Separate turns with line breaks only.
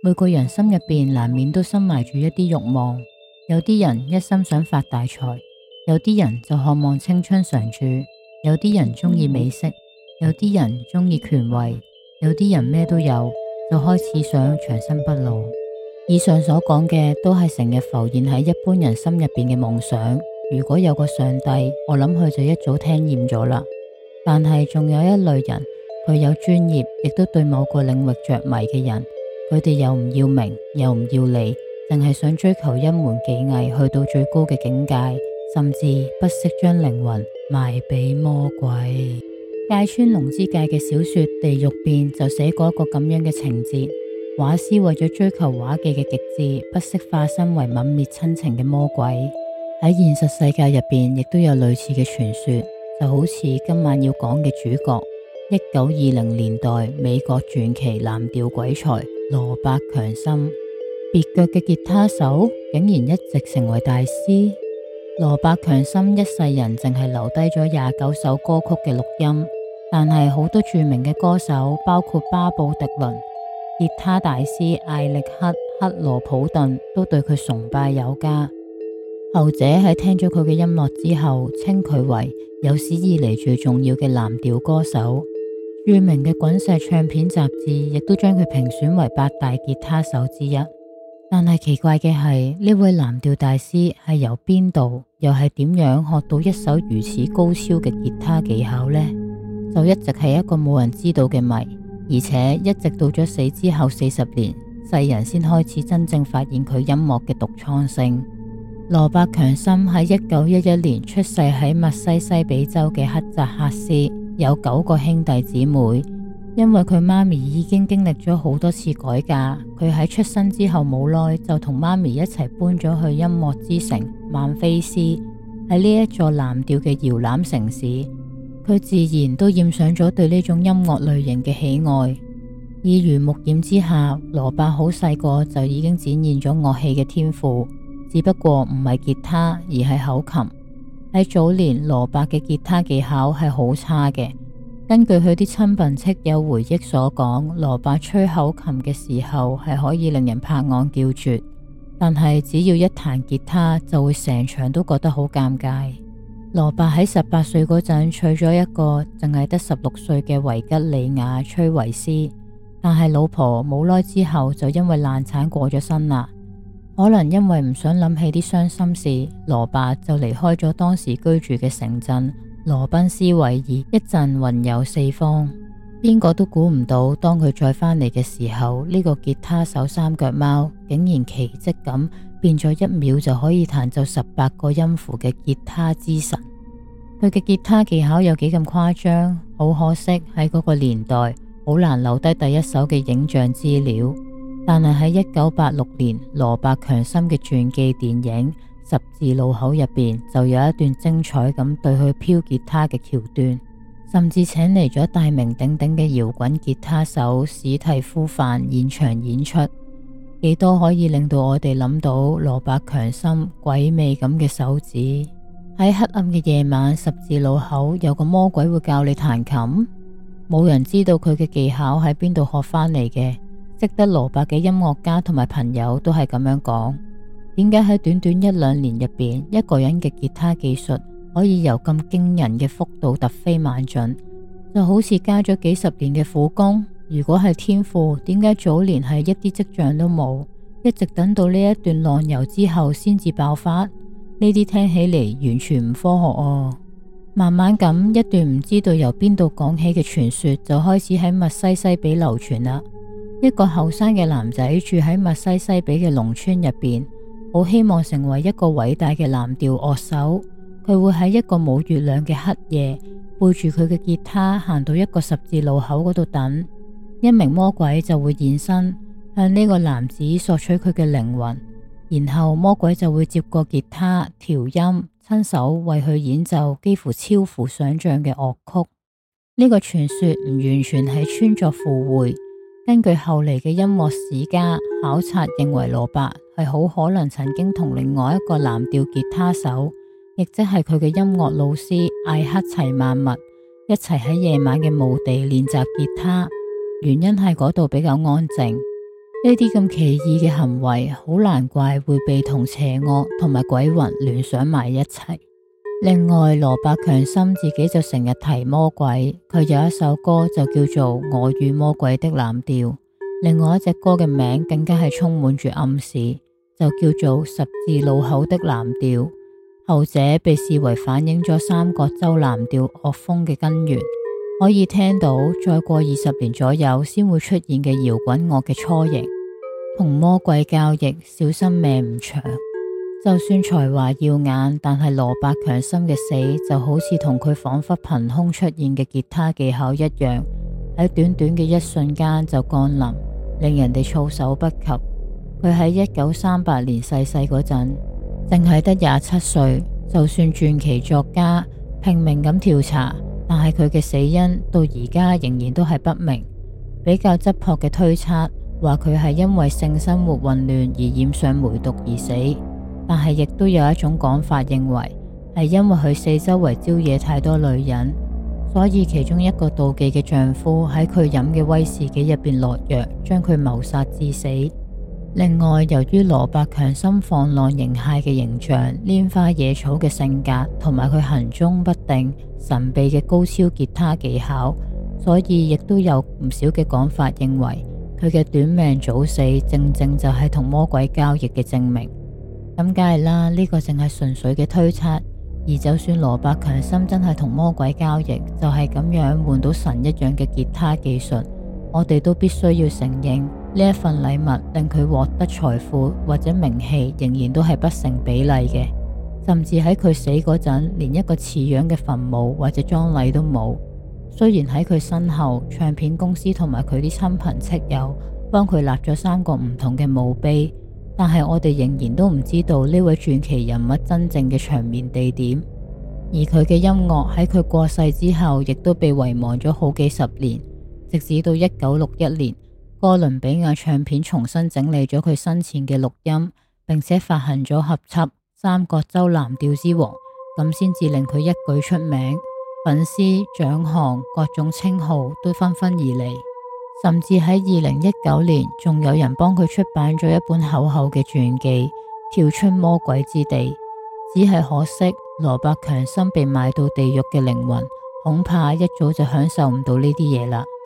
每個人心入邊難免都深埋住一啲慾望，有啲人一心想發大財，有啲人就渴望青春常駐，有啲人鍾意美色，有啲人鍾意權位，有啲人咩都有，就開始想長生不老。以上所講嘅都係成日浮現喺一般人心入邊嘅夢想。如果有個上帝，我諗佢就一早聽厭咗啦。但係仲有一類人，佢有專業，亦都對某個領域着迷嘅人，佢哋又唔要名，又唔要利，淨係想追求一門技藝去到最高嘅境界，甚至不惜將靈魂賣俾魔鬼。芥川龍之介嘅小說《地獄變》就寫過一個咁樣嘅情節，畫師為咗追求畫技嘅極致，不惜化身為泯滅親情嘅魔鬼。喺現實世界入邊亦都有類似嘅傳說，就好似今晚要講嘅主角，1920年代美國傳奇藍調鬼才羅伯強森，別腳嘅吉他手竟然一直成為大師。羅伯強森一世人淨係留低咗29首歌曲嘅錄音，但係好多著名嘅歌手，包括巴布迪倫、吉他大師艾力克·克羅普頓都對佢崇拜有加。後者喺聽咗佢嘅音樂之後，稱佢為有史以嚟最重要嘅藍調歌手。著名嘅滾石唱片雜誌亦都將佢評選為8大吉他手之一。但係奇怪嘅係，呢位藍調大師係由邊度，又係點樣學到一手如此高超嘅吉他技巧呢？就一直係一個冇人知道嘅謎，而且一直到咗死之後40年，世人先開始真正發現佢音樂嘅獨創性。羅伯強森喺1911年出世喺密西西比州嘅克扎克斯，有9個兄弟姊妹。因為佢媽咪已經經歷咗好多次改嫁，佢喺出生之後冇耐就同媽咪一齊搬咗去音樂之城曼菲斯。喺呢一座藍調嘅搖籃城市，佢自然都染上咗對呢種音樂類型嘅喜愛。耳濡目染之下，羅伯好細個就已經展現咗樂器嘅天賦，只不過唔係吉他，而係口琴。喺早年，羅伯嘅吉他技巧係好差嘅。根據佢啲親朋戚友回憶所講，羅伯吹口琴嘅時候係可以令人拍案叫絕，但係只要一彈吉他就會成場都覺得好尷尬。羅伯喺18歲嗰陣娶咗一個淨係得16歲嘅維吉利亞崔維斯，但係老婆冇耐之後就因為難產過咗身啦。可能因為唔想諗起啲傷心事，羅伯就離開咗當時居住嘅城鎮羅賓斯維爾，一陣雲遊四方。邊個都估唔到，當佢再返嚟嘅時候，呢個吉他手三腳貓竟然奇蹟咁變咗1秒就可以彈奏18個音符嘅吉他之神。佢嘅吉他技巧有幾咁誇張？好可惜喺嗰個年代好難留低第一手嘅影像資料。但係喺1986年，羅伯強森嘅傳記電影《十字路口》入邊就有一段精彩咁對佢飄吉他嘅橋段，甚至請嚟咗大名鼎鼎嘅搖滾吉他手史蒂夫范現場演出，幾多可以令到我哋諗到羅伯強森鬼魅咁嘅手指。喺黑暗嘅夜晚，十字路口有個魔鬼會教你彈琴，冇人知道佢嘅技巧喺邊度學返嚟嘅。識得羅伯嘅音樂家同埋朋友都係咁樣講。點解喺短短1-2年入邊，一個人嘅吉他技術可以由咁驚人嘅幅度突飛猛進，就好似加咗幾十年嘅苦功？如果係天賦，點解早年係一啲跡象都冇，一直等到呢一段浪遊之後先至爆發？呢啲聽起嚟完全唔科學哦。慢慢咁，一段唔知道由邊度講起嘅傳說就開始喺密西西比流傳啦。一個後生嘅男仔住喺密西西比嘅農村入邊，好希望成為一個偉大嘅藍調樂手。佢會喺一個冇月亮嘅黑夜，背住佢嘅吉他行到一個十字路口嗰度等，一名魔鬼就會現身，向呢個男子索取佢嘅靈魂，然後魔鬼就會接過吉他調音，親手為佢演奏幾乎超乎想象嘅樂曲。呢個傳說唔完全係穿鑿附會。根據後嚟嘅音樂史家考察認為，羅伯係好可能曾經同另外一個藍調吉他手，亦即係佢嘅音樂老師艾克齊萬默一齊喺夜晚嘅墓地練習吉他。原因係嗰度比較安靜。 呢啲咁奇異嘅行為，好難怪會被同邪惡同埋鬼魂聯想埋一齊。另外，羅伯強森自己就成日提魔鬼，佢有一首歌就叫做《我與魔鬼的藍調》，另外一隻歌嘅名更加係充滿住暗示，就叫做《十字路口的藍調》。後者被視為反映咗三角洲藍調樂風嘅根源，可以聽到再過20年左右先會出現嘅搖滾樂嘅雛形。同魔鬼交易，小心命唔長。就算才華耀眼，但係羅伯強森嘅死就好似同佢仿佛憑空出現嘅吉他技巧一樣，喺短短嘅一瞬間就降臨，令人哋措手不及。佢喺1938年逝世嗰陣，淨係得27歲。就算傳奇作家拼命咁調查，但係佢嘅死因到而家仍然都係不明。比較質樸嘅推測話佢係因為性生活混亂而染上梅毒而死。但係亦都有一種講法認為係因為佢四周圍招惹太多女人，所以其中一個妒忌嘅丈夫喺佢飲嘅威士忌入邊落藥，將佢謀殺致死。另外，由於羅伯強森放浪形骸嘅形象、拈花惹草嘅性格同埋佢行蹤不定、神秘嘅高超吉他技巧，所以亦都有唔少嘅講法認為佢嘅短命早死正正就係同魔鬼交易嘅證明。咁梗係啦，呢個淨係純粹嘅推測。而就算羅伯強森真係同魔鬼交易，就係咁樣換到神一樣嘅吉他技術，我哋都必須要承認呢一份禮物令佢獲得財富或者名氣，仍然都係不成比例嘅。甚至喺佢死嗰陣，連一個似樣嘅墳墓或者葬禮都冇。雖然喺佢身後，唱片公司同埋佢啲親朋戚友幫佢立咗3個唔同嘅墓碑，但係我哋仍然都唔知道呢位傳奇人物真正嘅長眠地點。而佢嘅音樂喺佢過世之後，亦都被遺忘咗好幾十年，直至到1961年，哥倫比亞唱片重新整理咗佢生前嘅錄音，並且發行咗合輯《三角洲藍調之王》，咁先至令佢一舉出名，粉絲、獎項、各種稱號都紛紛而嚟。甚至喺2019年，仲有人幫佢出版咗一本厚厚嘅傳記《跳出魔鬼之地》。只係可惜，羅伯強森被賣到地獄嘅靈魂，恐怕一早就享受唔到呢啲嘢啦。